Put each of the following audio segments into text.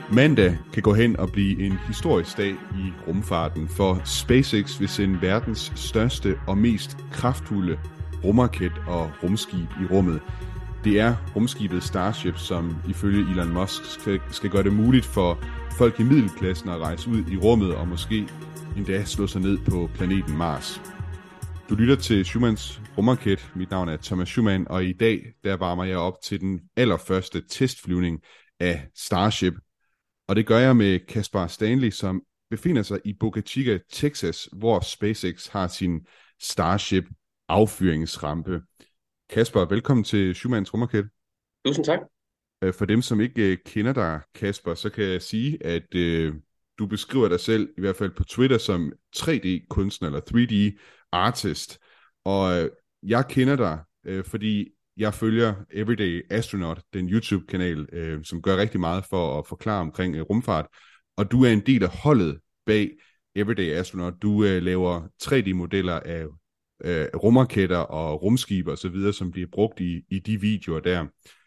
Mandag kan gå hen og blive en historisk dag i rumfarten, for SpaceX vil sende verdens største og mest kraftfulde rumraket og rumskib i rummet. Det er rumskibet Starship, som ifølge Elon Musk skal gøre det muligt for folk i middelklassen at rejse ud i rummet og måske endda slå sig ned på planeten Mars. Du lytter til Schumanns rumraket. Mit navn er Thomas Schumann, og i dag der varmer jeg op til den allerførste testflyvning af Starship. Og det gør jeg med Caspar Stanley, som befinder sig i Boca Chica, Texas, hvor SpaceX har sin Starship affyringsrampe. Caspar, velkommen til Schumanns rumraket. Tusind tak. For dem, som ikke kender dig, Caspar, så kan jeg sige, at du beskriver dig selv, i hvert fald på Twitter, som 3D-kunstner eller 3D-artist. Og jeg kender dig, fordi jeg følger Everyday Astronaut, den YouTube-kanal, som gør rigtig meget for at forklare omkring rumfart. Og du er en del af holdet bag Everyday Astronaut. Du laver 3D-modeller af rumraketter og rumskibe osv., som bliver brugt i de videoer der.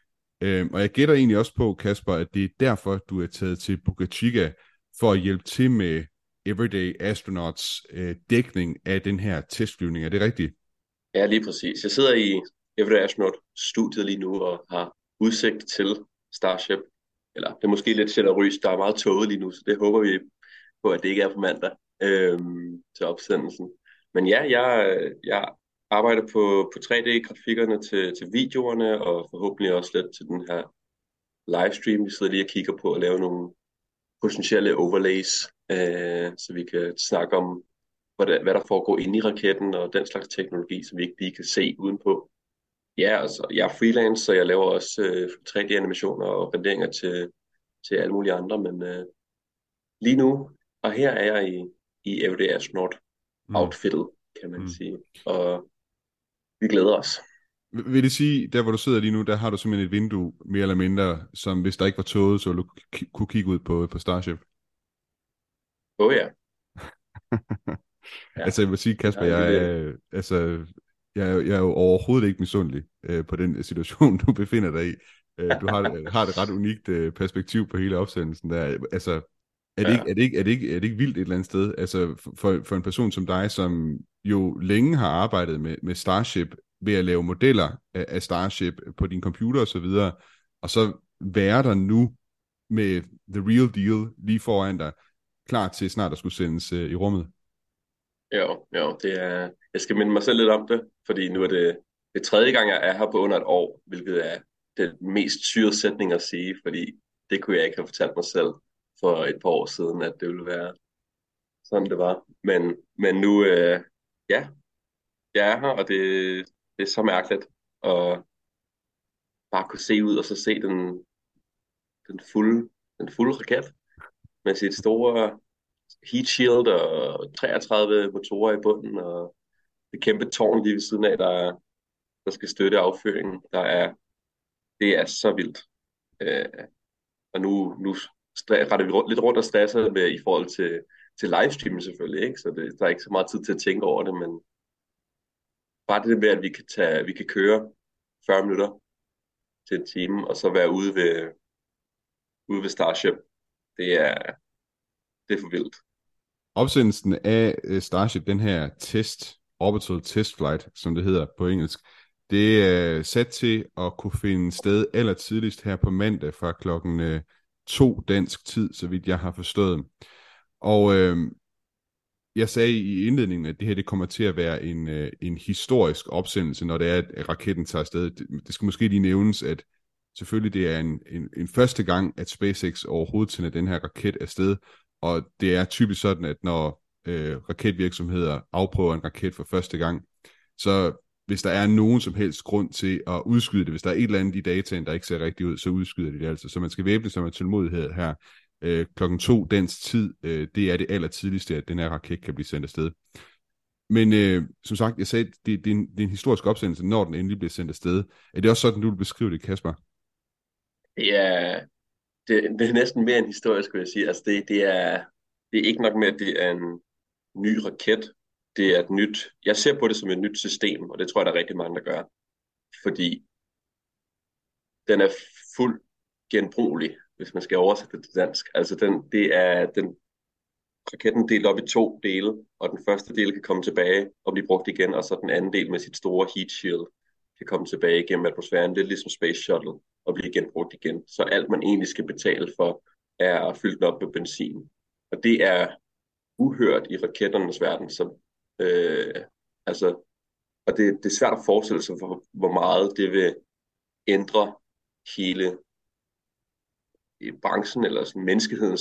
Og jeg gætter egentlig også på, Caspar, at det er derfor, du er taget til Boca Chica for at hjælpe til med Everyday Astronauts dækning af den her testflyvning. Er det rigtigt? Ja, lige præcis. Jeg sidder i Everyday Astronaut-studiet lige nu og har udsigt til Starship. Eller det er måske lidt generøst. Der er meget tåget lige nu, så det håber vi på, at det ikke er på mandag til opsendelsen. Men ja, jeg arbejder på 3D-grafikkerne til videoerne, og forhåbentlig også lidt til den her livestream, vi sidder lige og kigger på, at lave nogle potentielle overlays, så vi kan snakke om, hvad der foregår inde i raketten, og den slags teknologi, som vi ikke lige kan se udenpå. Ja, altså, jeg er freelance, så jeg laver også 3D-animationer og renderinger til alle mulige andre, men lige nu, og her er jeg i Everyday Astronaut outfittet, kan man sige, og vi glæder os. Vil det sige, der hvor du sidder lige nu, der har du simpelthen et vindue, mere eller mindre, som hvis der ikke var tåget, så du kunne kigge ud på Starship? Ja. Ja, Altså jeg vil sige, Kasper, jeg er jo overhovedet ikke misundelig på den situation, du befinder dig i. Du har et ret unikt perspektiv på hele opsendelsen der. Altså, er det ikke vildt et eller andet sted? Altså, for en person som dig, som jo længe har arbejdet med Starship, ved at lave modeller af Starship på din computer og så videre, og så være der nu med the real deal lige foran dig, klar til snart at skulle sendes i rummet. Jo, jeg skal minde mig selv lidt om det, fordi nu er det tredje gang, jeg er her på under et år, hvilket er den mest syrede sætning at sige, fordi det kunne jeg ikke have fortalt mig selv for et par år siden, at det ville være sådan, det var. Men nu, ja, jeg er her, og det er så mærkeligt at bare kunne se ud og så se den fulde raket med sit store heat shield og 33 motorer i bunden og det kæmpe tårn lige ved siden af, der skal støtte affyringen. Det er så vildt. Og nu retter vi lidt rundt og stresser med i forhold til livestreamen selvfølgelig, ikke? Så der er ikke så meget tid til at tænke over det, men bare det med, at vi kan køre 40 minutter til en time, og så være ude ved Starship, det er for vildt. Opsendelsen af Starship, den her orbital test flight, som det hedder på engelsk, det er sat til at kunne finde sted allertidligst her på mandag fra klokken 2 dansk tid, så vidt jeg har forstået. Og jeg sagde i indledningen, at det her det kommer til at være en historisk opsendelse, når det er, at raketten tager afsted. Det skal måske lige nævnes, at selvfølgelig det er en første gang, at SpaceX overhovedet sender den her raket afsted, og det er typisk sådan, at når raketvirksomheder afprøver en raket for første gang, så hvis der er nogen som helst grund til at udskyde det, hvis der er et eller andet i dataen, der ikke ser rigtigt ud, så udskyder de det altså. Så man skal væbne sig med tålmodighed her. Klokken 2 dansk tid, det er det allertidligste, at den her raket kan blive sendt afsted. Men som sagt, jeg sagde, det er en historisk opsendelse, når den endelig bliver sendt afsted. Er det også sådan, du vil beskrive det, Kasper? Ja, det er næsten mere end historisk, vil jeg sige. Altså det er ikke nok med, at det er en ny raket. Det er et nyt. Jeg ser på det som et nyt system, og det tror jeg, der er rigtig mange, der gør. Fordi den er fuldt genbrugelig. hvis man skal oversætte det til dansk. Altså den raketten delt op i to dele, og den første del kan komme tilbage og blive brugt igen, og så den anden del med sit store heat shield kan komme tilbage igennem atmosfæren, lidt ligesom Space Shuttle, og blive genbrugt igen. Så alt man egentlig skal betale for, er at fylde den op med benzin. Og det er uhørt i raketternes verden. Så, altså, og det er svært at forestille sig, hvor meget det vil ændre hele branchen, eller sådan menneskeheden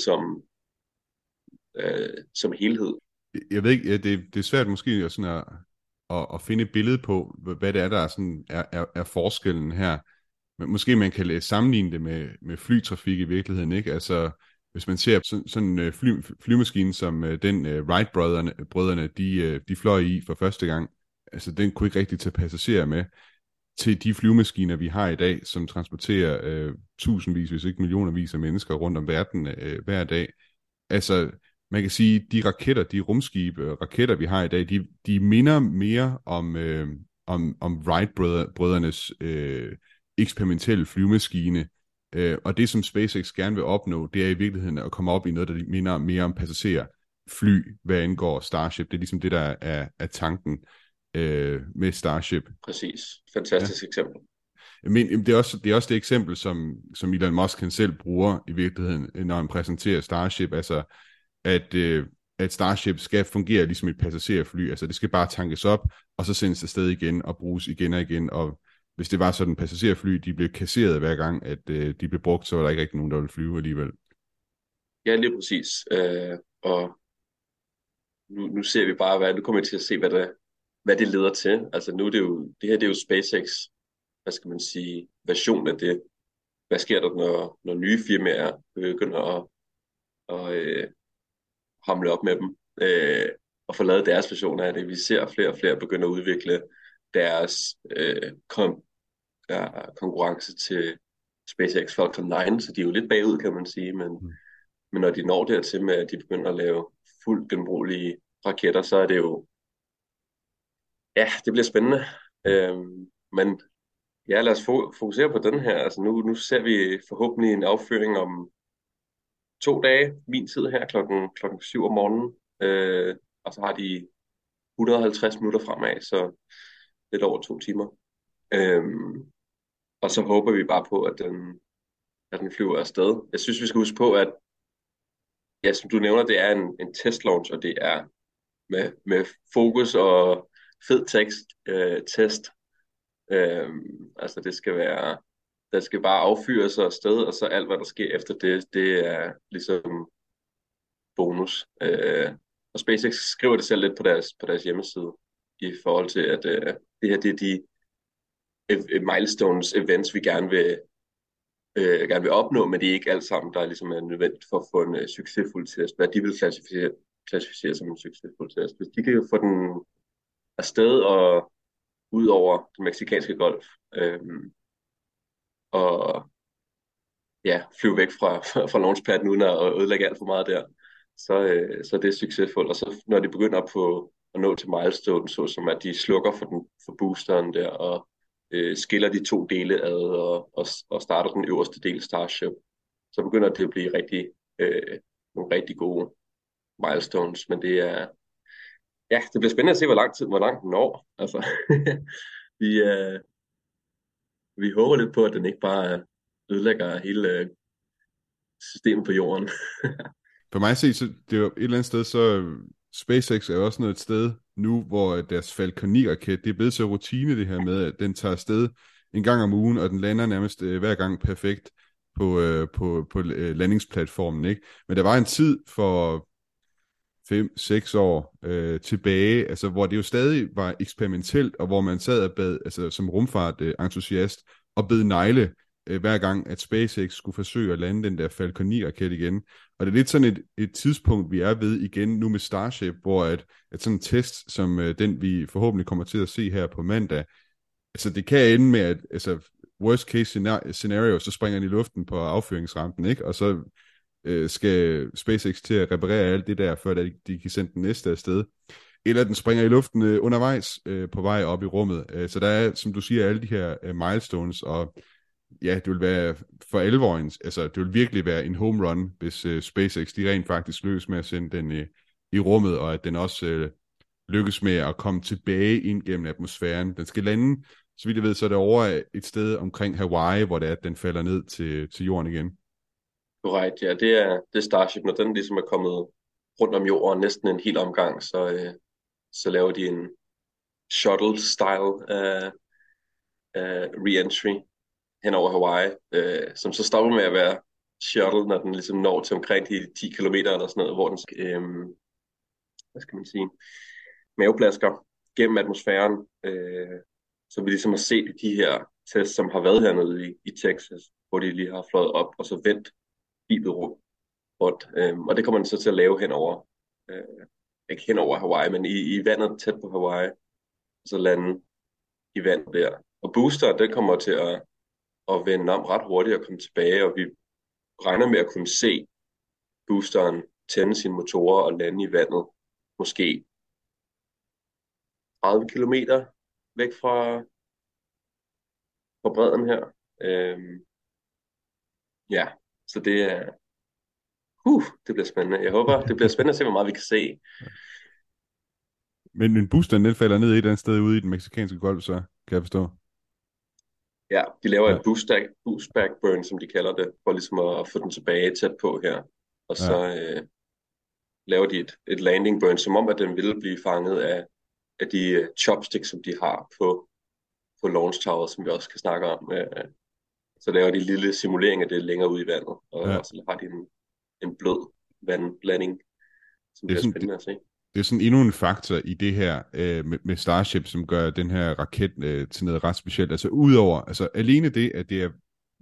som helhed. Jeg ved ikke, ja, det er svært måske at, sådan at finde et billede på, hvad det er, der er, sådan, er forskellen her. Men måske man kan sammenligne det med flytrafik i virkeligheden, ikke? Altså, hvis man ser sådan en flymaskine, som den Wright-brødrene, de fløj i for første gang, altså den kunne ikke rigtig tage passagerer med, til de flyvemaskiner, vi har i dag, som transporterer tusindvis, hvis ikke millionervis af mennesker rundt om verden hver dag. Altså, man kan sige, de raketter, de rumskibe, raketter, vi har i dag, de minder mere om Wright-brødrenes eksperimentelle flyvemaskine. Og det, som SpaceX gerne vil opnå, det er i virkeligheden at komme op i noget, der minder mere om passagerfly, hvad angår Starship. Det er ligesom det, der er tanken med Starship. Præcis. Fantastisk eksempel. Men det er også det eksempel, som Elon Musk han selv bruger i virkeligheden, når han præsenterer Starship, altså at Starship skal fungere ligesom et passagerfly, altså det skal bare tankes op, og så sendes afsted igen og bruges igen og igen, og hvis det var sådan passagerfly, de blev kasseret hver gang, at de blev brugt, så var der ikke rigtig nogen, der ville flyve alligevel. Ja, lige præcis. Og nu ser vi bare, nu kommer vi til at se, hvad det leder til. Altså nu er det her er jo SpaceX, hvad skal man sige, version af det. Hvad sker der, når nye firmaer begynder at hamle op med dem og få lavet deres version af det. Vi ser flere og flere begynde at udvikle deres konkurrence til SpaceX Falcon 9, så de er jo lidt bagud, kan man sige, men når de når dertil med, at de begynder at lave fuldt genbrugelige raketter, så er det jo, ja, det bliver spændende. Men ja, lad os fokusere på den her. Altså nu ser vi forhåbentlig en affyring om 2 dage, min tid her, klokken 7 om morgenen. Og så har de 150 minutter fremad, så lidt over 2 timer. Og så håber vi bare på, at den flyver afsted. Jeg synes, vi skal huske på, at ja, som du nævner, det er en testlaunch, og det er med fokus og fed tekst, test. Altså der skal bare affyres afsted, og så alt, hvad der sker efter det er ligesom bonus. Og SpaceX skriver det selv lidt på deres hjemmeside, i forhold til, at det her, det er de milestones, events, vi gerne vil opnå, men det er ikke alt sammen, der ligesom er nødvendigt for at få en succesfuld test, hvad de vil klassificere som en succesfuld test. Hvis de kan få den afsted og ud over den mexicanske golf, og ja, flyve væk fra launchpadden uden at ødelægge alt for meget der, så det er succesfuldt. Og så når de begynder på at nå til milestone, så som at de slukker for boosteren der, og skiller de 2 dele ad, og starter den øverste del Starship, så begynder det at blive nogle rigtig gode milestones. Men det er, ja, det bliver spændende at se, hvor langt den når. Altså, vi håber lidt på, at den ikke bare ødelægger hele systemet på jorden. For mig set, så det er jo et eller andet sted, så SpaceX er jo også noget et sted nu, hvor deres Falcon 9-raket, det er blevet så rutine det her med, at den tager afsted en gang om ugen, og den lander nærmest hver gang perfekt på landingsplatformen, ikke? Men der var en tid for 5-6 år tilbage, altså hvor det jo stadig var eksperimentelt, og hvor man sad og bad, altså som rumfart-entusiast, og bed negle hver gang, at SpaceX skulle forsøge at lande den der Falcon 9-raket igen. Og det er lidt sådan et tidspunkt, vi er ved igen nu med Starship, hvor at sådan en test, som den vi forhåbentlig kommer til at se her på mandag, altså det kan ende med, at altså, worst case scenario, så springer den i luften på affyringsrampen, ikke? Og så skal SpaceX til at reparere alt det der, før de kan sende den næste afsted. Eller den springer i luften undervejs på vej op i rummet. Så der er, som du siger, alle de her milestones, og ja, det vil være for alvor, altså det vil virkelig være en home run, hvis SpaceX de rent faktisk lykkes med at sende den i rummet, og at den også lykkes med at komme tilbage ind gennem atmosfæren. Den skal lande, så vidt jeg ved, så er det over et sted omkring Hawaii, hvor det er, at den falder ned til jorden igen. Korrekt, ja, det er Starship, når den ligesom er kommet rundt om jorden næsten en hel omgang, så laver de en shuttle-style re-entry hen over Hawaii, som så stopper med at være shuttle, når den ligesom når til omkring de 10 kilometer eller sådan noget, hvor den skal, hvad skal man sige, maveplasker gennem atmosfæren, så vi ligesom har set i de her tests, som har været hernede i Texas, hvor de lige har fløjet op og så vendt skibet rundt. Og det kommer den så til at lave henover, ikke henover Hawaii, men i vandet tæt på Hawaii, og så lande i vand der. Og booster, det kommer til at vende om ret hurtigt og komme tilbage, og vi regner med at kunne se boosteren tænde sine motorer og lande i vandet, måske 30 kilometer væk fra bredden her. Ja, så det bliver spændende. Jeg håber, det bliver spændende at se, hvor meget vi kan se. Men boosteren, den falder ned et eller andet sted ude i den mexikanske golf, så kan jeg forstå. Ja, de laver en boost back burn, som de kalder det, for ligesom at få den tilbage tæt på her. Og så laver de et landing burn, som om, at den ville blive fanget af de chopsticks, som de har på launch tower, som vi også kan snakke om. Så laver de en lille simulering af det længere ude i vandet, og så har de en blød vandlanding, som bliver spændende at se. Det er sådan endnu en faktor i det her med Starship, som gør den her raket til noget ret specielt. Altså udover, altså alene det, at det er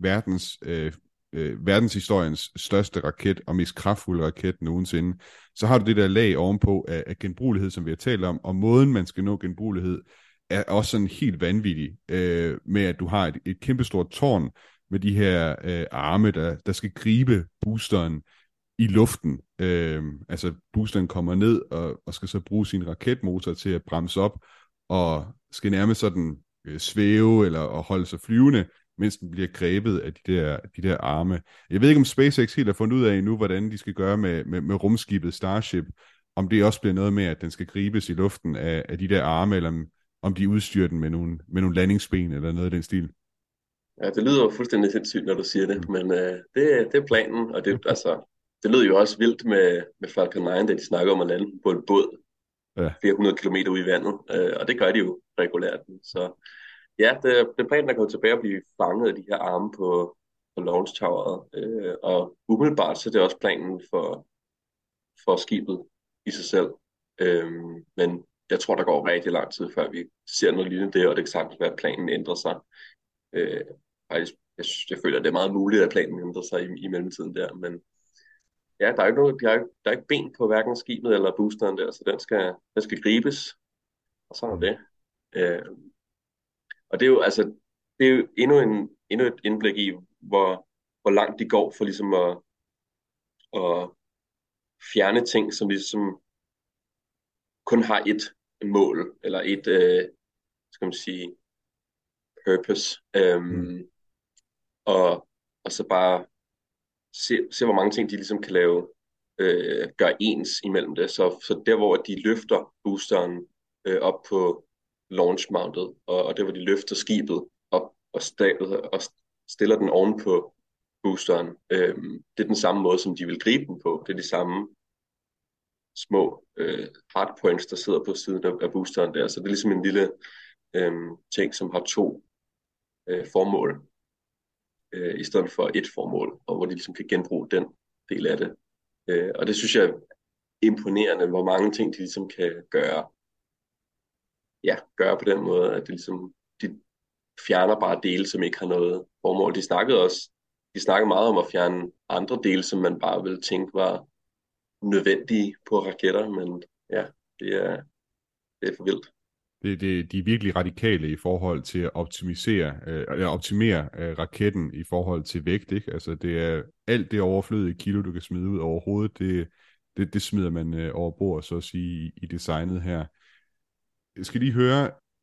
verdenshistoriens største raket og mest kraftfulde raket nogensinde, så har du det der lag ovenpå af genbrugelighed, som vi har talt om, og måden man skal nå genbrugelighed er også sådan helt vanvittig, med at du har et kæmpestort tårn med de her arme, der skal gribe boosteren i luften. Altså boosteren kommer ned og skal så bruge sin raketmotor til at bremse op, og skal nærmest sådan svæve eller og holde sig flyvende, mens den bliver grebet af de der arme. Jeg ved ikke, om SpaceX helt har fundet ud af endnu, hvordan de skal gøre med rumskibet Starship, om det også bliver noget med, at den skal gribes i luften af de der arme, eller om de udstyrer den med nogle landingsben eller noget af den stil. Ja, det lyder jo fuldstændig sindssygt, når du siger det, men det er planen, og det, altså, det lød jo også vildt med Falcon 9, da de snakker om at lande på en båd flere hundrede kilometer ude i vandet, og det gør de jo regulært. Så ja, det er planen at gå tilbage og blive fanget af de her arme på launch toweret, og umiddelbart så er det også planen for skibet i sig selv. Men jeg tror, der går rigtig lang tid, før vi ser noget lignende det, og det kan sagtens være, at planen ændrer sig. Jeg føler, at det er meget muligt, at planen ændrer sig i mellemtiden der, men ja, der er ikke noget, der er ikke ben på hverken skibet eller boosteren der, så den skal gribes, og sådan er det. Og det er jo altså, det er jo endnu et indblik i, hvor langt de går for ligesom at fjerne ting, som ligesom kun har et mål, eller et, skal man sige, purpose. Og så bare se, hvor mange ting de ligesom kan lave, gøre ens imellem det. Så der, hvor de løfter boosteren op på launch mountet, og der, hvor de løfter skibet op og stiller den oven på boosteren, det er den samme måde, som de vil gribe den på. Det er de samme små hardpoints, der sidder på siden af boosteren der. Så det er ligesom en lille ting, som har to formål, i stedet for et formål, og hvor de ligesom kan genbruge den del af det. Og det synes jeg er imponerende, hvor mange ting de ligesom kan gøre på den måde, at de fjerner bare dele, som ikke har noget formål. De snakkede meget om at fjerne andre dele, som man bare ville tænke var nødvendige på raketter, men ja, det er for vildt. De er virkelig radikale i forhold til at optimere raketten i forhold til vægt, ikke? Altså det er alt det overflødige kilo, du kan smide ud overhovedet, det smider man over bord, så at sige, i designet her. Jeg skal lige høre,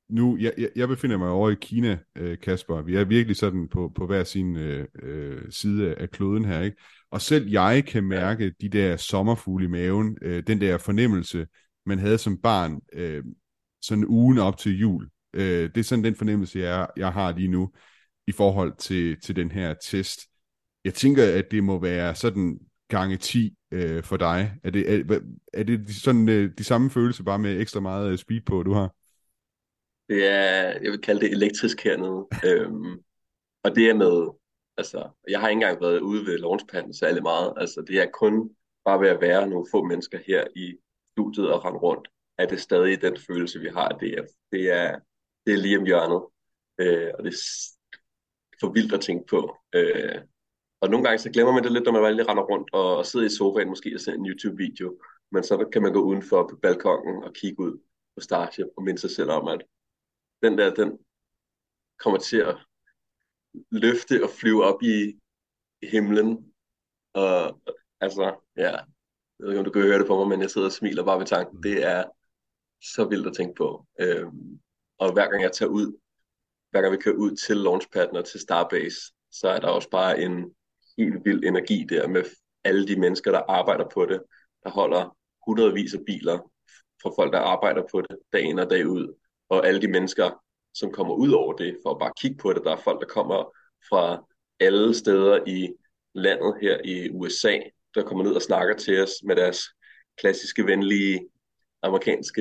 jeg befinder mig over i Kina, Kasper. Vi er virkelig sådan på hver sin side af kloden her, ikke? Og selv jeg kan Ja, mærke de der sommerfugle i maven, den der fornemmelse, man havde som barn, sådan ugen op til jul. Det er sådan den fornemmelse, jeg har lige nu i forhold til den her test. Jeg tænker, at det må være sådan gange 10 for dig. Er det sådan de samme følelser, bare med ekstra meget speed på, du har? det er, jeg vil kalde det elektrisk hernede. Og det er med, altså, jeg har ikke engang været ude ved launchpadden særlig meget. Altså, det er kun bare ved at være nogle få mennesker her i studiet og rende rundt, at det stadig den følelse, vi har. Det er lige om hjørnet. Og det er for vildt at tænke på. Og nogle gange så glemmer man det lidt, når man bare lige render rundt og sidder i sofaen måske og ser en YouTube-video. Men så kan man gå udenfor på balkongen og kigge ud på Starship og minde sig selv om, at den kommer til at løfte og flyve op i himlen. Og altså, ja, jeg ved ikke, om du kan høre det på mig, men jeg sidder og smiler bare ved tanken. Det er så vildt at tænke på. Og hver gang vi kører ud til launchpadden og til Starbase, så er der også bare en helt vild energi der med alle de mennesker, der arbejder på det. Der holder hundredvis af biler fra folk, der arbejder på det dag ind og dag ud. Og alle de mennesker, som kommer ud over det for at bare kigge på det. Der er folk, der kommer fra alle steder i landet her i USA, der kommer ned og snakker til os med deres klassiske, venlige, amerikanske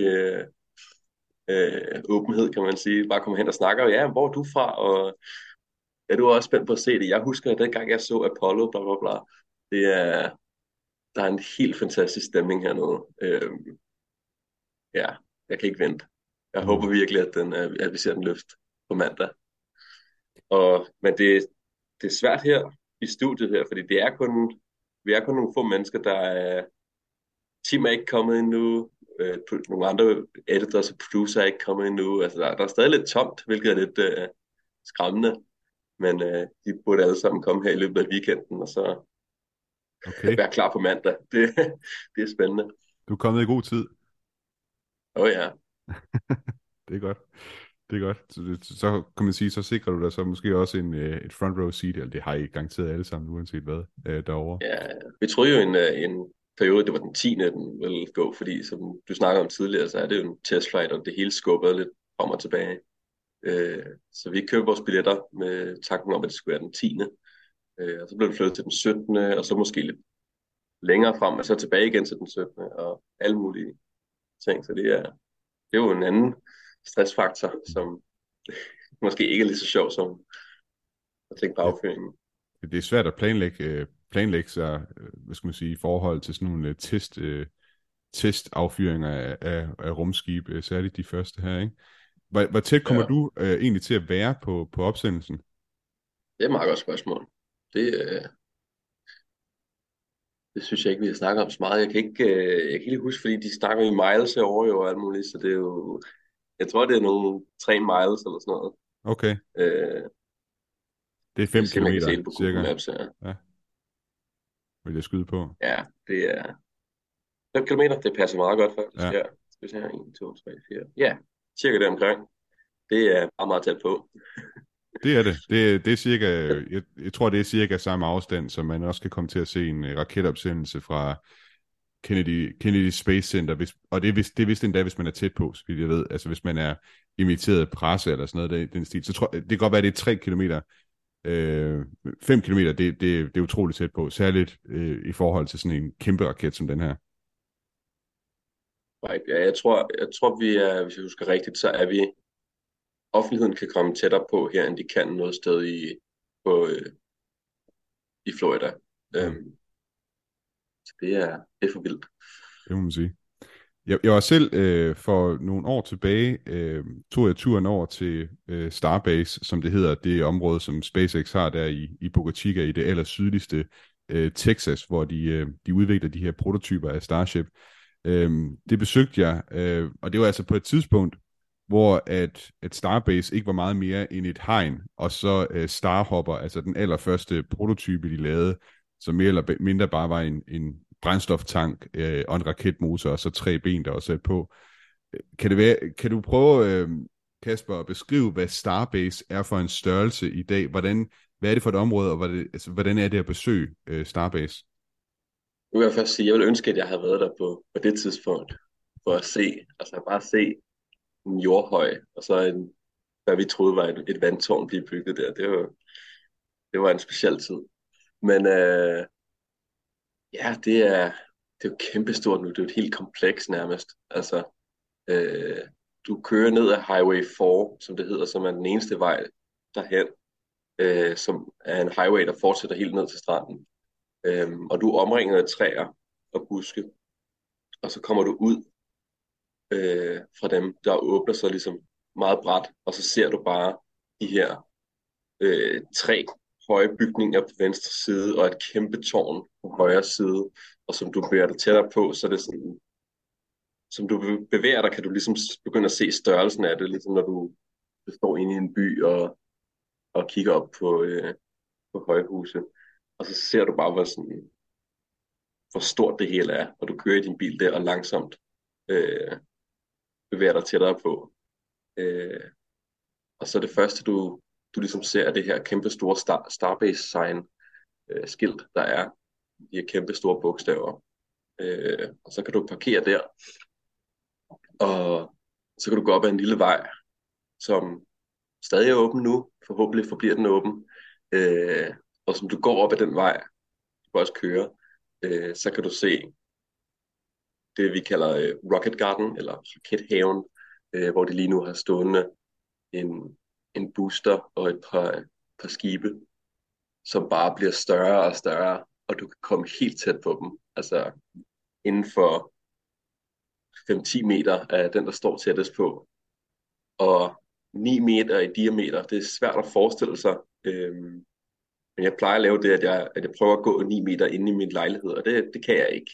åbenhed, kan man sige. Bare kommer hen og snakker, ja, hvor er du fra? Og er du også spændt på at se det? Jeg husker, at dengang jeg så Apollo, bla bla bla. Der er en helt fantastisk stemning hernede. Ja, jeg kan ikke vente. Jeg håber virkelig, at vi ser den løft på mandag. Men det er svært her i studiet her, fordi vi er kun nogle få mennesker, der er... Team er ikke kommet endnu, nogle andre editors og producer er ikke kommet endnu. Altså, der er stadig lidt tomt, hvilket er lidt skræmmende. Men de burde alle sammen komme her i løbet af weekenden, og så være klar på mandag. Det er spændende. Du er kommet i god tid. Ja. Det er godt. Det er godt. Så kan man sige, så sikrer du dig så måske også et front row seat, eller det har I garanteret alle sammen, uanset hvad, derovre. Ja, vi troede jo en periode, det var den 10. den ville gå, fordi som du snakkede om tidligere, så er det jo en testflight, og det hele skubber lidt frem og tilbage. Så vi købte vores billetter med tanken om, at det skulle være den 10. Og så blev det flyttet til den 17. Og så måske lidt længere frem, og så tilbage igen til den 17. og alle mulige ting. Så det er jo en anden stressfaktor, som måske ikke er lige så sjov som at tænke på affyringen. Det er svært at planlægge sig, hvad skal man sige, i forhold til sådan nogle testaffyringer af rumskib, særligt de første her, ikke? Hvor tæt kommer du egentlig til at være på opsendelsen? Det er et meget godt spørgsmål. Det synes jeg ikke, vi har snakket om så meget. Jeg kan ikke lige huske, fordi de snakker i miles herovre jo og alt muligt, så det er jo... Jeg tror, det er nogle 3 miles eller sådan noget. Okay. Det er 5 kilometer, cirka. Maps, ja. Vil jeg skyde på? Ja, det er 5 kilometer. Det passer meget godt faktisk. Ja. Skal vi se her. 1, 2, 3, 4. Ja, cirka der omkring. Det er meget, meget tæt på. Det er det. Det er cirka, jeg tror, det er cirka samme afstand, som man også kan komme til at se en raketopsendelse fra Kennedy Space Center, og det er vist endda, hvis man er tæt på, så vidt jeg ved. Altså hvis man er inviteret presse eller sådan noget, den stil. Så tror jeg, det kan godt være, det er 3 kilometer. 5 kilometer, det er utroligt tæt på, særligt i forhold til sådan en kæmpe raket som den her. Right. Ja, jeg tror vi er, hvis jeg husker rigtigt, så er vi offentligheden kan komme tættere på her, end de kan noget sted i Florida. Så det er for vildt. Det må man sige. Jeg var selv for nogle år tilbage, tog jeg turen over til Starbase, som det hedder, det område, som SpaceX har der i Boca Chica, i det allersydligste Texas, hvor de udvikler de her prototyper af Starship. Det besøgte jeg, og det var altså på et tidspunkt, hvor at Starbase ikke var meget mere end et hegn, og så Starhopper, altså den allerførste prototype, de lavede, som mere eller mindre bare var en brændstoftank og en raketmotor, og så 3 ben, der var sat på. Kan Kasper, at beskrive, hvad Starbase er for en størrelse i dag? Hvad er det for et område, og hvordan er det at besøge Starbase? Nu vil jeg først sige, at jeg ville ønske, at jeg havde været der på det tidspunkt, for at se, altså bare se en jordhøj, og så hvad vi troede var et vandtårn blive bygget der. Det var en speciel tid. Men ja, det er jo kæmpestort nu. Det er jo et helt kompleks nærmest. Altså, øh, du kører ned ad Highway 4, som det hedder, som er den eneste vej derhen, som er en highway, der fortsætter helt ned til stranden. Og du er omringet af træer og buske, og så kommer du ud fra dem, der åbner sig ligesom meget brat, og så ser du bare de her tre høje bygninger på venstre side, og et kæmpe tårn på højre side, og som du bevæger dig tættere på, så er det sådan, som du bevæger dig, kan du ligesom begynde at se størrelsen af det, ligesom når du står inde i en by og kigger op på højhuse, og så ser du bare, hvor stort det hele er, og du kører i din bil der og langsomt bevæger dig tættere på. Og så det første, du ligesom ser, det her kæmpe store Starbase-sign skilt, der er de her kæmpe store bogstaver. Og så kan du parkere der, og så kan du gå op ad en lille vej, som stadig er åben nu. Forhåbentlig forbliver den åben. Og som du går op ad den vej, du kan også køre, så kan du se det, vi kalder Rocket Garden, eller rakethaven, hvor de lige nu har stående en booster og et par skibe, som bare bliver større og større, og du kan komme helt tæt på dem. Altså inden for 5-10 meter af den, der står tættest på. Og 9 meter i diameter, det er svært at forestille sig. Men jeg plejer at lave det, at jeg prøver at gå 9 meter inde i min lejlighed, og det kan jeg ikke.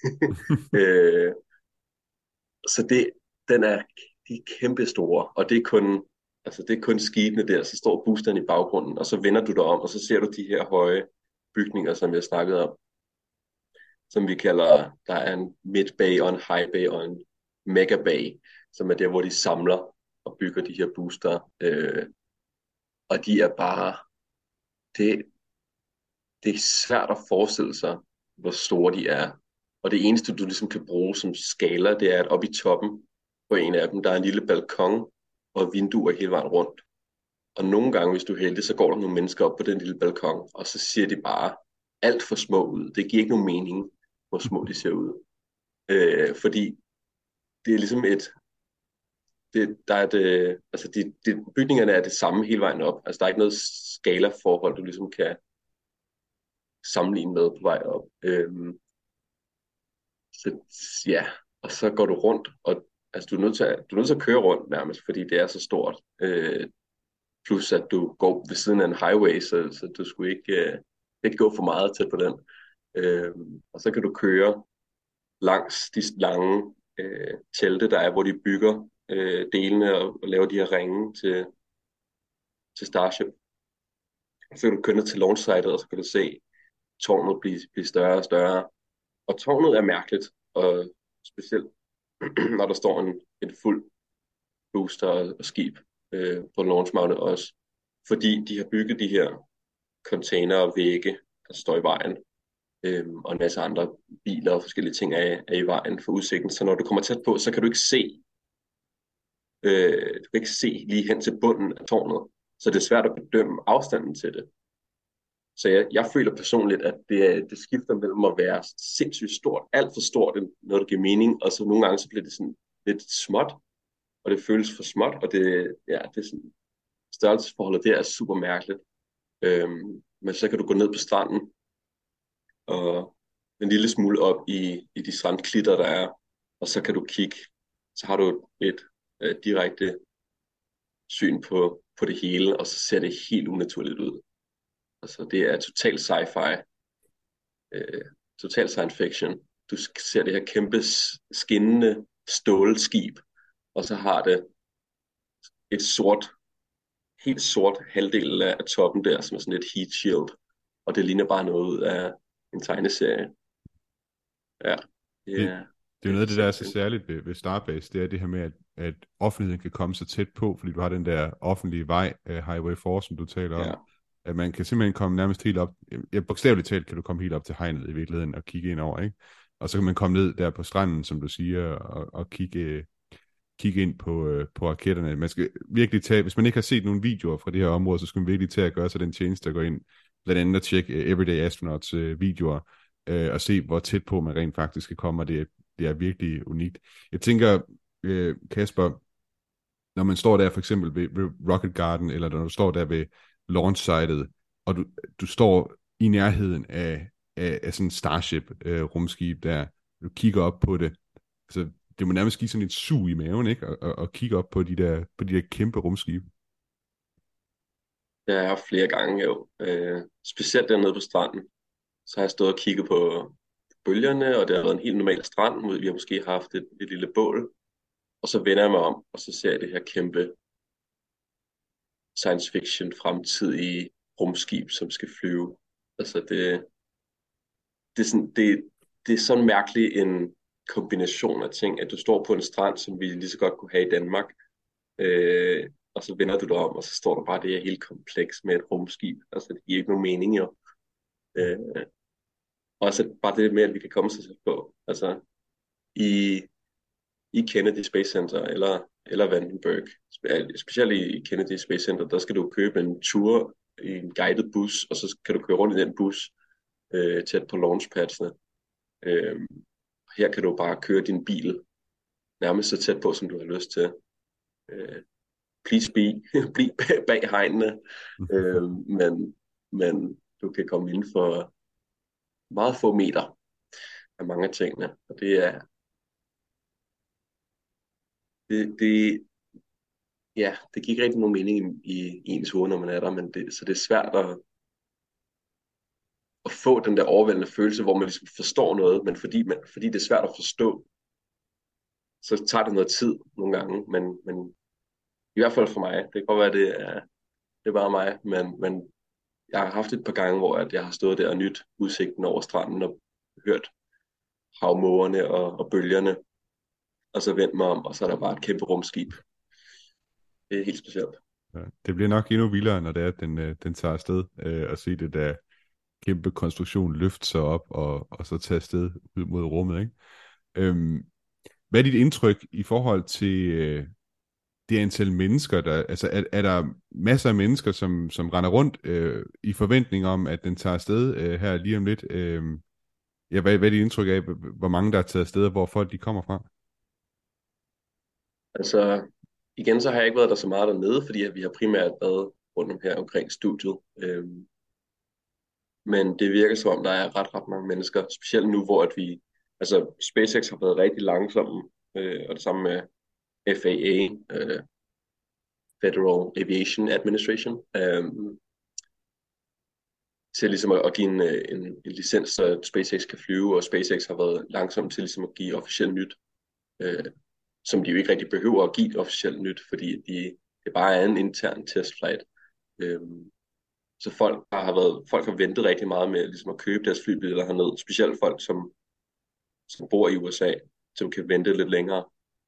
Så de er kæmpe store, og det er kun skibene der, så står boosteren i baggrunden, og så vender du dig om, og så ser du de her høje bygninger, som jeg snakkede om, som vi kalder, der er en mid-bay og en high-bay og en mega-bay, som er der, hvor de samler og bygger de her booster. Og de er bare, det er svært at forestille sig, hvor store de er. Og det eneste, du ligesom kan bruge som skala, det er, at oppe i toppen på en af dem, der er en lille balkon og vinduer hele vejen rundt. Og nogle gange, hvis du er heldig, så går der nogle mennesker op på den lille balkon, og så ser de bare alt for små ud. Det giver ikke nogen mening, hvor små de ser ud. Fordi det er ligesom bygningerne er det samme hele vejen op. Altså der er ikke noget skala-forhold, du ligesom kan sammenligne med på vej op. Så ja, og så går du rundt, og altså, du er nødt til at køre rundt nærmest, fordi det er så stort. Plus at du går ved siden af en highway, så du skulle ikke gå for meget tæt på den. Og så kan du køre langs de lange telte, der er, hvor de bygger delene og laver de her ringe til Starship. Og så kan du køre ned til launchsitet, og så kan du se tårnet blive større og større. Og tårnet er mærkeligt, og specielt når der står en fuld booster og skib på launchmountet også. Fordi de har bygget de her container og vægge, der står i vejen, og en masse andre biler og forskellige ting er i vejen for udsigten. Så når du kommer tæt på, så kan du ikke se lige hen til bunden af tårnet. Så det er svært at bedømme afstanden til det. Så jeg føler personligt, at det skifter mellem at være sindssygt stort, alt for stort, når det giver mening, og så nogle gange så bliver det sådan lidt småt, og det føles for småt, og det er sådan, størrelsesforholdet der er super mærkeligt. Men så kan du gå ned på stranden, og en lille smule op i de strandklitter, der er, og så kan du kigge, så har du et direkte syn på det hele, og så ser det helt unaturligt ud. Altså det er total sci-fi, total science fiction. Du ser det her kæmpe skinnende stålskib, og så har det et helt sort halvdel af toppen der, som er sådan et heat shield, og det ligner bare noget ud af en tegneserie. Ja, Det, yeah. Det er jo noget af det, der er så særligt ved Starbase, det er det her med, at offentligheden kan komme så tæt på, fordi du har den der offentlige vej, Highway 4, som du taler om, Ja, at man kan simpelthen komme nærmest helt op, ja, bogstaveligt talt kan du komme helt op til hegnet i virkeligheden og kigge ind over, ikke? Og så kan man komme ned der på stranden, som du siger, og kigge ind på raketterne. Man skal virkelig tage, hvis man ikke har set nogle videoer fra det her område, så skal man virkelig tage at gøre sig den tjeneste at gå ind, blandt andet at tjekke Everyday Astronauts videoer, og se, hvor tæt på man rent faktisk kan komme, og det er virkelig unikt. Jeg tænker, Kasper, når man står der for eksempel ved Rocket Garden, eller når du står der ved launch sitet, og du står i nærheden af sådan en Starship rumskib der, du kigger op på det, altså det må nærmest give sådan et sug i maven, ikke? Og kigge op på de der kæmpe rumskibe. jeg har flere gange jo. Specielt dernede på stranden. Så har jeg stået og kigget på bølgerne, og det har været en helt normal strand, hvor vi har måske haft et lille bål. Og så vender jeg mig om, og så ser jeg det her kæmpe science fiction fremtidige rumskib, som skal flyve. Altså det er sådan mærkelig en kombination af ting, at du står på en strand, som vi lige så godt kunne have i Danmark, og så vender du dig om, og så står der bare det her helt kompleks med et rumskib. Altså det giver ikke nogen mening jo. Øh, og så bare det med, at vi kan komme sig på. Altså i Kennedy Space Center eller Vandenberg, specielt i Kennedy Space Center, der skal du købe en tur i en guided bus, og så kan du køre rundt i den bus tæt på launchpadsene. Her kan du bare køre din bil nærmest så tæt på, som du har lyst til. Please bliv bag hegnene, men du kan komme inden for meget få meter af mange af tingene, og det er ja, det giver ikke rigtig nogen mening i ens hoved, når man er der, så det er svært at få den der overvældende følelse, hvor man ligesom forstår noget, men fordi det er svært at forstå, så tager det noget tid nogle gange, men i hvert fald for mig, det kan godt være, det er bare mig, men jeg har haft et par gange, hvor at jeg har stået der og nyt udsigten over stranden og hørt havmågerne og bølgerne, og så vendt mig om, og så er der bare et kæmpe rumskib. Det er helt specielt. Ja, det bliver nok endnu vildere, når det er, at den tager afsted, og se det der kæmpe konstruktion løfte sig op, og så tage afsted ud mod rummet, ikke? Hvad er dit indtryk i forhold til det antal mennesker, altså er der masser af mennesker, som render rundt i forventning om, at den tager afsted her lige om lidt? Ja, hvad er dit indtryk af, hvor mange der er taget afsted, og hvor folk de kommer fra? Altså, igen så har jeg ikke været der så meget dernede, fordi at vi har primært været rundt om her omkring studiet. Men det virker som om, der er ret mange mennesker, specielt nu, hvor altså SpaceX har været rigtig langsomme, og det samme med FAA, Federal Aviation Administration, til ligesom at give en licens, så SpaceX kan flyve, og SpaceX har været langsom til ligesom at give officielt nyt, som de jo ikke rigtig behøver at give officielt nyt, fordi det bare er en intern testflight. Så folk har ventet rigtig meget med ligesom at købe deres flybilletter herned, specielt folk, som bor i USA, som kan vente lidt længere.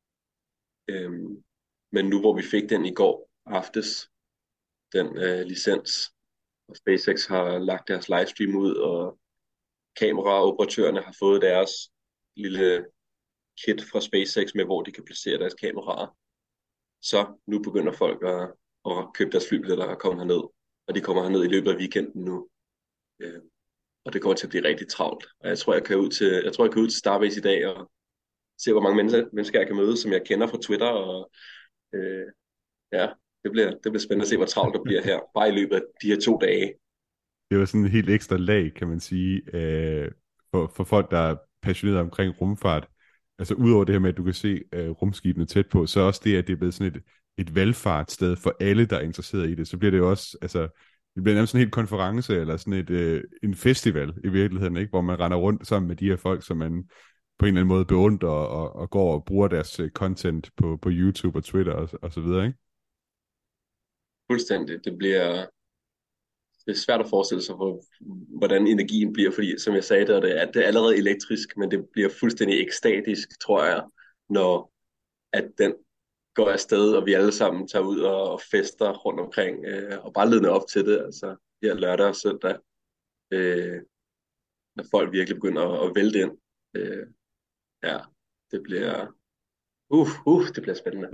Men nu hvor vi fik den i går aftes, den licens, og SpaceX har lagt deres livestream ud, og kameraoperatørerne har fået deres lille kit fra SpaceX med, hvor de kan placere deres kameraer, så nu begynder folk at købe deres flybilletter og komme herned, og de kommer herned i løbet af weekenden nu. Og det kommer til at blive rigtig travlt. Og jeg tror, jeg kan ud til Starbase i dag og se, hvor mange mennesker jeg kan møde, som jeg kender fra Twitter. Og ja, det bliver spændende at se, hvor travlt der bliver her, bare i løbet af de her 2 dage. Det var sådan en helt ekstra lag, kan man sige, for folk, der er passionerede omkring rumfart. Altså udover det her med, at du kan se rumskibene tæt på, så også det, at det er blevet sådan et valgfartssted for alle, der er interesseret i det. Så bliver det jo også, altså, det bliver nærmest sådan en helt konference, eller sådan en festival i virkeligheden, ikke? Hvor man render rundt sammen med de her folk, som man på en eller anden måde beundrer og går og bruger deres content på YouTube og Twitter og så videre, ikke? Fuldstændig. det er svært at forestille sig, hvordan energien bliver, fordi som jeg sagde, det er allerede elektrisk, men det bliver fuldstændig ekstatisk, tror jeg, når at den går afsted, og vi alle sammen tager ud og fester rundt omkring, og bare ledende op til det, altså her lørdag og søndag, øh, når folk virkelig begynder at vælte ind. Øh, ja, det bliver, det bliver spændende.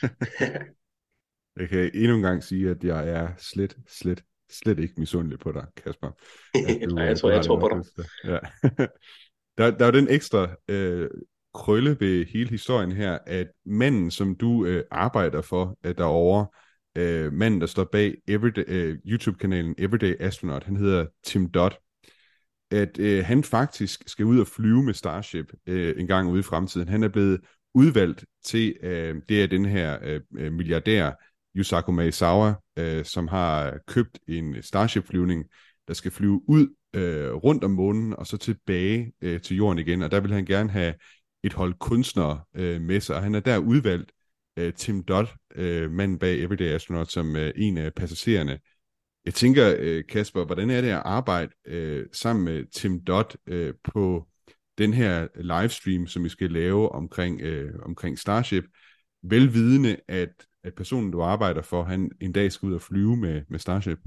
Jeg kan endnu en gang sige, at jeg er slet ikke misundelig på dig, Kasper. At Nej, du jeg har den tror på dig. oplevelse. Ja. Der er jo den ekstra krølle ved hele historien her, at manden, som du arbejder for derovre, manden, der står bag YouTube-kanalen Everyday Astronaut, han hedder Tim Dodd, at han faktisk skal ud og flyve med Starship en gang ude i fremtiden. Han er blevet udvalgt til, det er den her milliardær, Yusaku Maezawa, som har købt en Starship-flyvning, der skal flyve ud rundt om månen, og så tilbage til jorden igen, og der vil han gerne have et hold kunstnere med sig, og han er der udvalgt Tim Dodd, manden bag Everyday Astronaut, som en af passagererne. Jeg tænker, Kasper, hvordan er det at arbejde sammen med Tim Dodd på den her livestream, som vi skal lave omkring Starship, velvidende, at personen, du arbejder for, han en dag skal ud og flyve med Starship?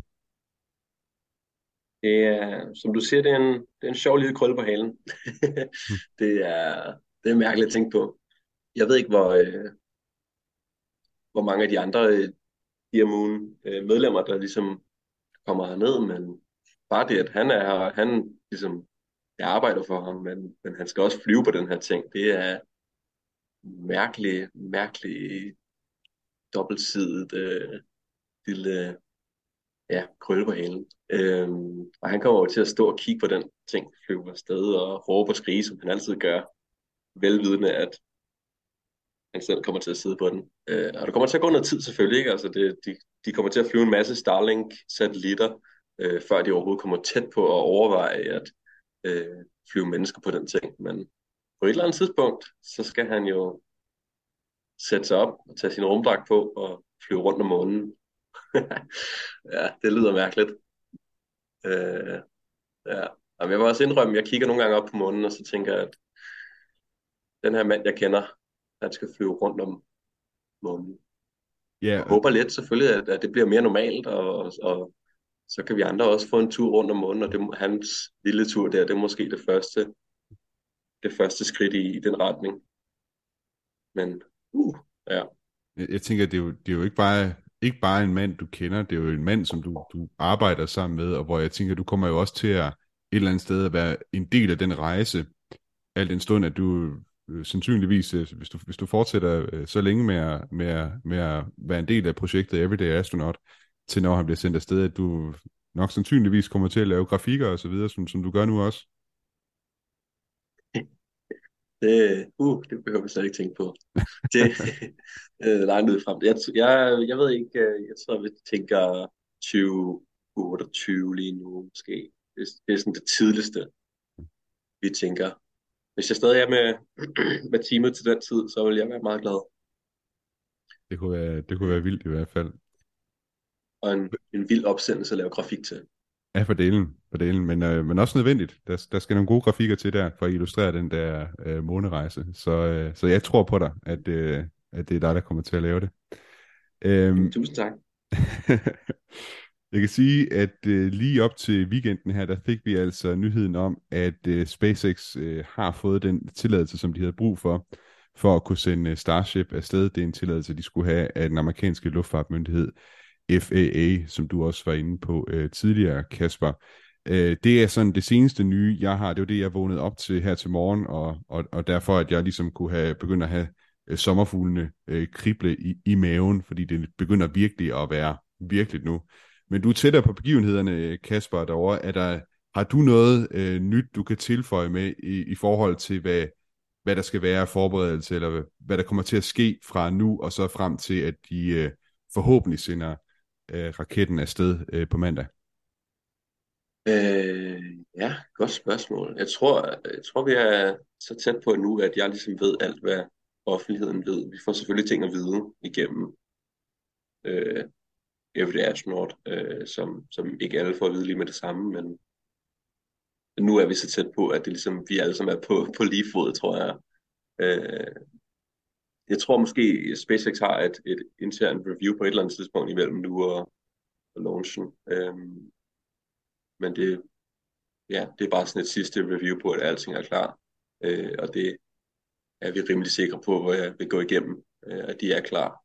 Det er, som du siger, det er en sjov lille krølle på halen. Hm. Det er mærkeligt at tænke på. Jeg ved ikke, hvor mange af de andre Dear Moon medlemmer, der ligesom kommer herned, men bare det, at han er her, han ligesom, jeg arbejder for ham, men han skal også flyve på den her ting. Det er mærkelig dobbeltsidet lille krølle på halen. Og han kommer over til at stå og kigge på den ting, flyve afsted og råbe og skrige, som han altid gør, velvidende, at han selv kommer til at sidde på den. Og der kommer til at gå noget tid selvfølgelig, ikke? Altså de kommer til at flyve en masse Starlink-satellitter, før de overhovedet kommer tæt på at overveje at flyve mennesker på den ting. Men på et eller andet tidspunkt, så skal han jo sætte sig op og tage sin rumdragt på og flyve rundt om månen. Ja, det lyder mærkeligt. Øh, ja. Og jeg må også indrømme, at jeg kigger nogle gange op på månen, og så tænker jeg, at den her mand, jeg kender, han skal flyve rundt om månen. Ja, Og håber lidt selvfølgelig, at det bliver mere normalt, og så kan vi andre også få en tur rundt om månen, og hans lille tur der, det er måske det første skridt i den retning. Men, ja. jeg tænker, det er jo ikke bare en mand, du kender, det er jo en mand, som du arbejder sammen med, og hvor jeg tænker, du kommer jo også til at et eller andet sted at være en del af den rejse, al den stund, at du sandsynligvis, hvis du fortsætter så længe med at være en del af projektet Everyday Astronaut, til når han bliver sendt afsted, at du nok sandsynligvis kommer til at lave grafikker og så videre, som du gør nu også. Det behøver vi slet ikke tænke på. Det er langt ud frem. Jeg ved ikke, jeg tror, vi tænker 2028 lige nu, måske. Det er sådan det tidligste, vi tænker. Hvis jeg stadig er med teamet til den tid, så vil jeg være meget glad. Det kunne være vildt i hvert fald. Og en vild opsendelse at lave grafik til. Ja, for delen, men også nødvendigt. Der skal nogle gode grafikker til der, for at illustrere den der månerejse. Så jeg tror på dig, at det er dig, der kommer til at lave det. Tusind tak. Jeg kan sige, at lige op til weekenden her, der fik vi altså nyheden om, at SpaceX har fået den tilladelse, som de havde brug for at kunne sende Starship afsted. Det er en tilladelse, de skulle have af den amerikanske luftfartmyndighed, FAA, som du også var inde på tidligere, Kasper. Det er sådan det seneste nye, jeg har. Det var det, jeg vågnede op til her til morgen, og derfor, at jeg ligesom kunne have begyndt at have sommerfuglene krible i maven, fordi det begynder virkelig at være virkeligt nu. Men du er tættere på begivenhederne, Kasper, derovre. Har du noget nyt, du kan tilføje med i forhold til, hvad der skal være af forberedelse, eller hvad der kommer til at ske fra nu, og så frem til, at de forhåbentlig sender raketten afsted på mandag? Ja, godt spørgsmål. Jeg tror, vi er så tæt på nu, at jeg ligesom ved alt, hvad offentligheden ved. Vi får selvfølgelig ting at vide igennem Everyday Astronaut, som ikke alle får at vide lige med det samme, men nu er vi så tæt på, at det ligesom, vi alle sammen er på lige fod, tror jeg. Jeg tror måske, SpaceX har et internt review på et eller andet tidspunkt imellem nu og launchen. Men det er bare sådan et sidste review på, at alting er klar. Og det er vi rimelig sikre på, hvor jeg vil gå igennem, at de er klar.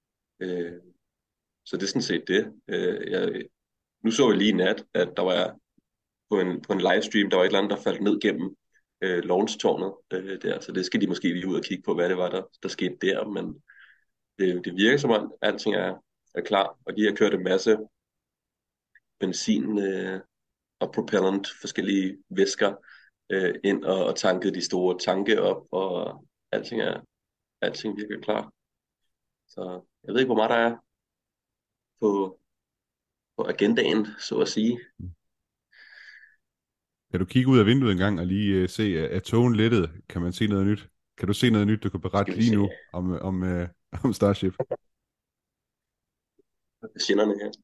Så det er sådan set det. Nu så jeg lige i nat, at der var på en livestream, der var et eller andet, der faldt ned gennem launchtårnet der, så det skal de måske lige ud og kigge på, hvad det var, der skete der, men det virker som om, alting er klar, og de har kørt en masse benzin og propellant, forskellige væsker ind og tanket de store tanke op, og alting virker klar. Så jeg ved ikke, hvor meget der er på agendaen, så at sige. Kan du kigge ud af vinduet en gang og lige se, er togen lettet? Kan man se noget nyt? Kan du se noget nyt, du kan berette lige nu om Starship? Skinnerne her.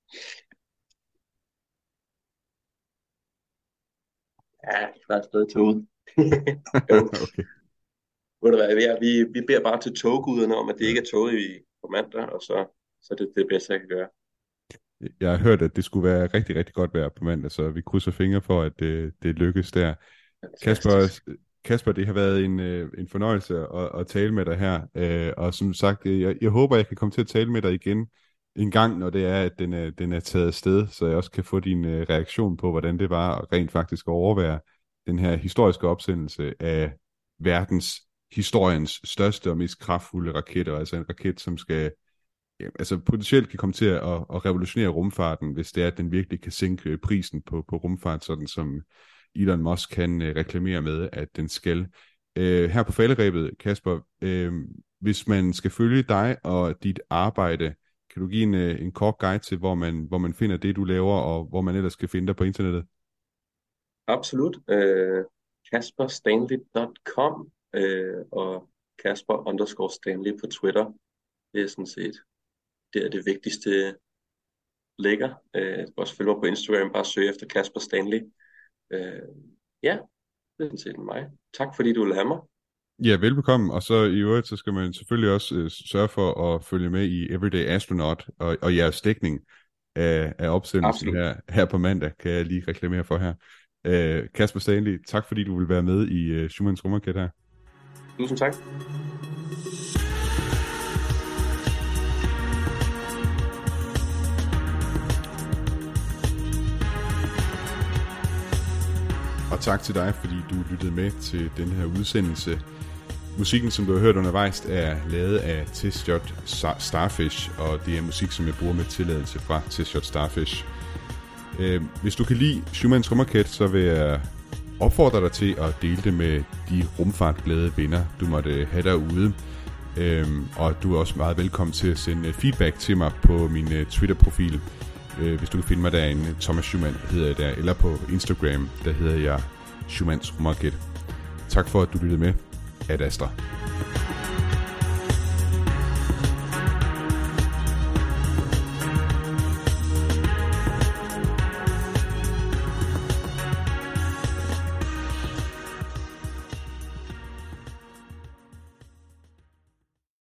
Ja, der er stadig toget. Okay. Ved du hvad, vi beder bare til togguderne om, at det ikke er toget på mandag, og så er det bedste, jeg kan gøre. Jeg har hørt, at det skulle være rigtig, rigtig godt vejr på mandag, så vi krydser fingre for, at det lykkes der. Kasper, det har været en fornøjelse at tale med dig her, og som sagt, jeg håber, jeg kan komme til at tale med dig igen en gang, når det er, at den er taget afsted, så jeg også kan få din reaktion på, hvordan det var at rent faktisk overvære den her historiske opsendelse af historiens største og mest kraftfulde raketter, altså en raket, som skal potentielt kan komme til at revolutionere rumfarten, hvis det er, at den virkelig kan sænke prisen på rumfart, sådan som Elon Musk kan reklamere med, at den skal. Her på falderebet, Kasper, hvis man skal følge dig og dit arbejde, kan du give en kort guide til, hvor man finder det, du laver, og hvor man ellers kan finde dig på internettet? Absolut. kasperstanley.com og Kasper_Stanley på Twitter. Det er sådan set det vigtigste ligger. Du kan også følge mig på Instagram, bare søg efter Kasper Stanley. Ja, det er sådan set mig. Tak fordi du ville have mig. Ja, velbekomme. Og så i øvrigt, så skal man selvfølgelig også sørge for at følge med i Everyday Astronaut og jeres dækning af opsendelsen her på mandag, kan jeg lige reklamere for her. Kasper Stanley, tak fordi du vil være med i Schumanns Rumraket her. Tusind tak. Og tak til dig, fordi du lyttede med til den her udsendelse. Musikken, som du har hørt undervejs, er lavet af Testshot Starfish, og det er musik, som jeg bruger med tilladelse fra Testshot Starfish. Hvis du kan lide Schumanns Rumraket, så vil jeg opfordre dig til at dele det med de rumfartglade venner, du måtte have derude. Og du er også meget velkommen til at sende feedback til mig på min Twitter-profil. Hvis du kan finde mig derinde, Thomas Schumann hedder jeg der, eller på Instagram, der hedder jeg Schumanns Rumraket. Tak for, at du lyttede med. Ad Astra.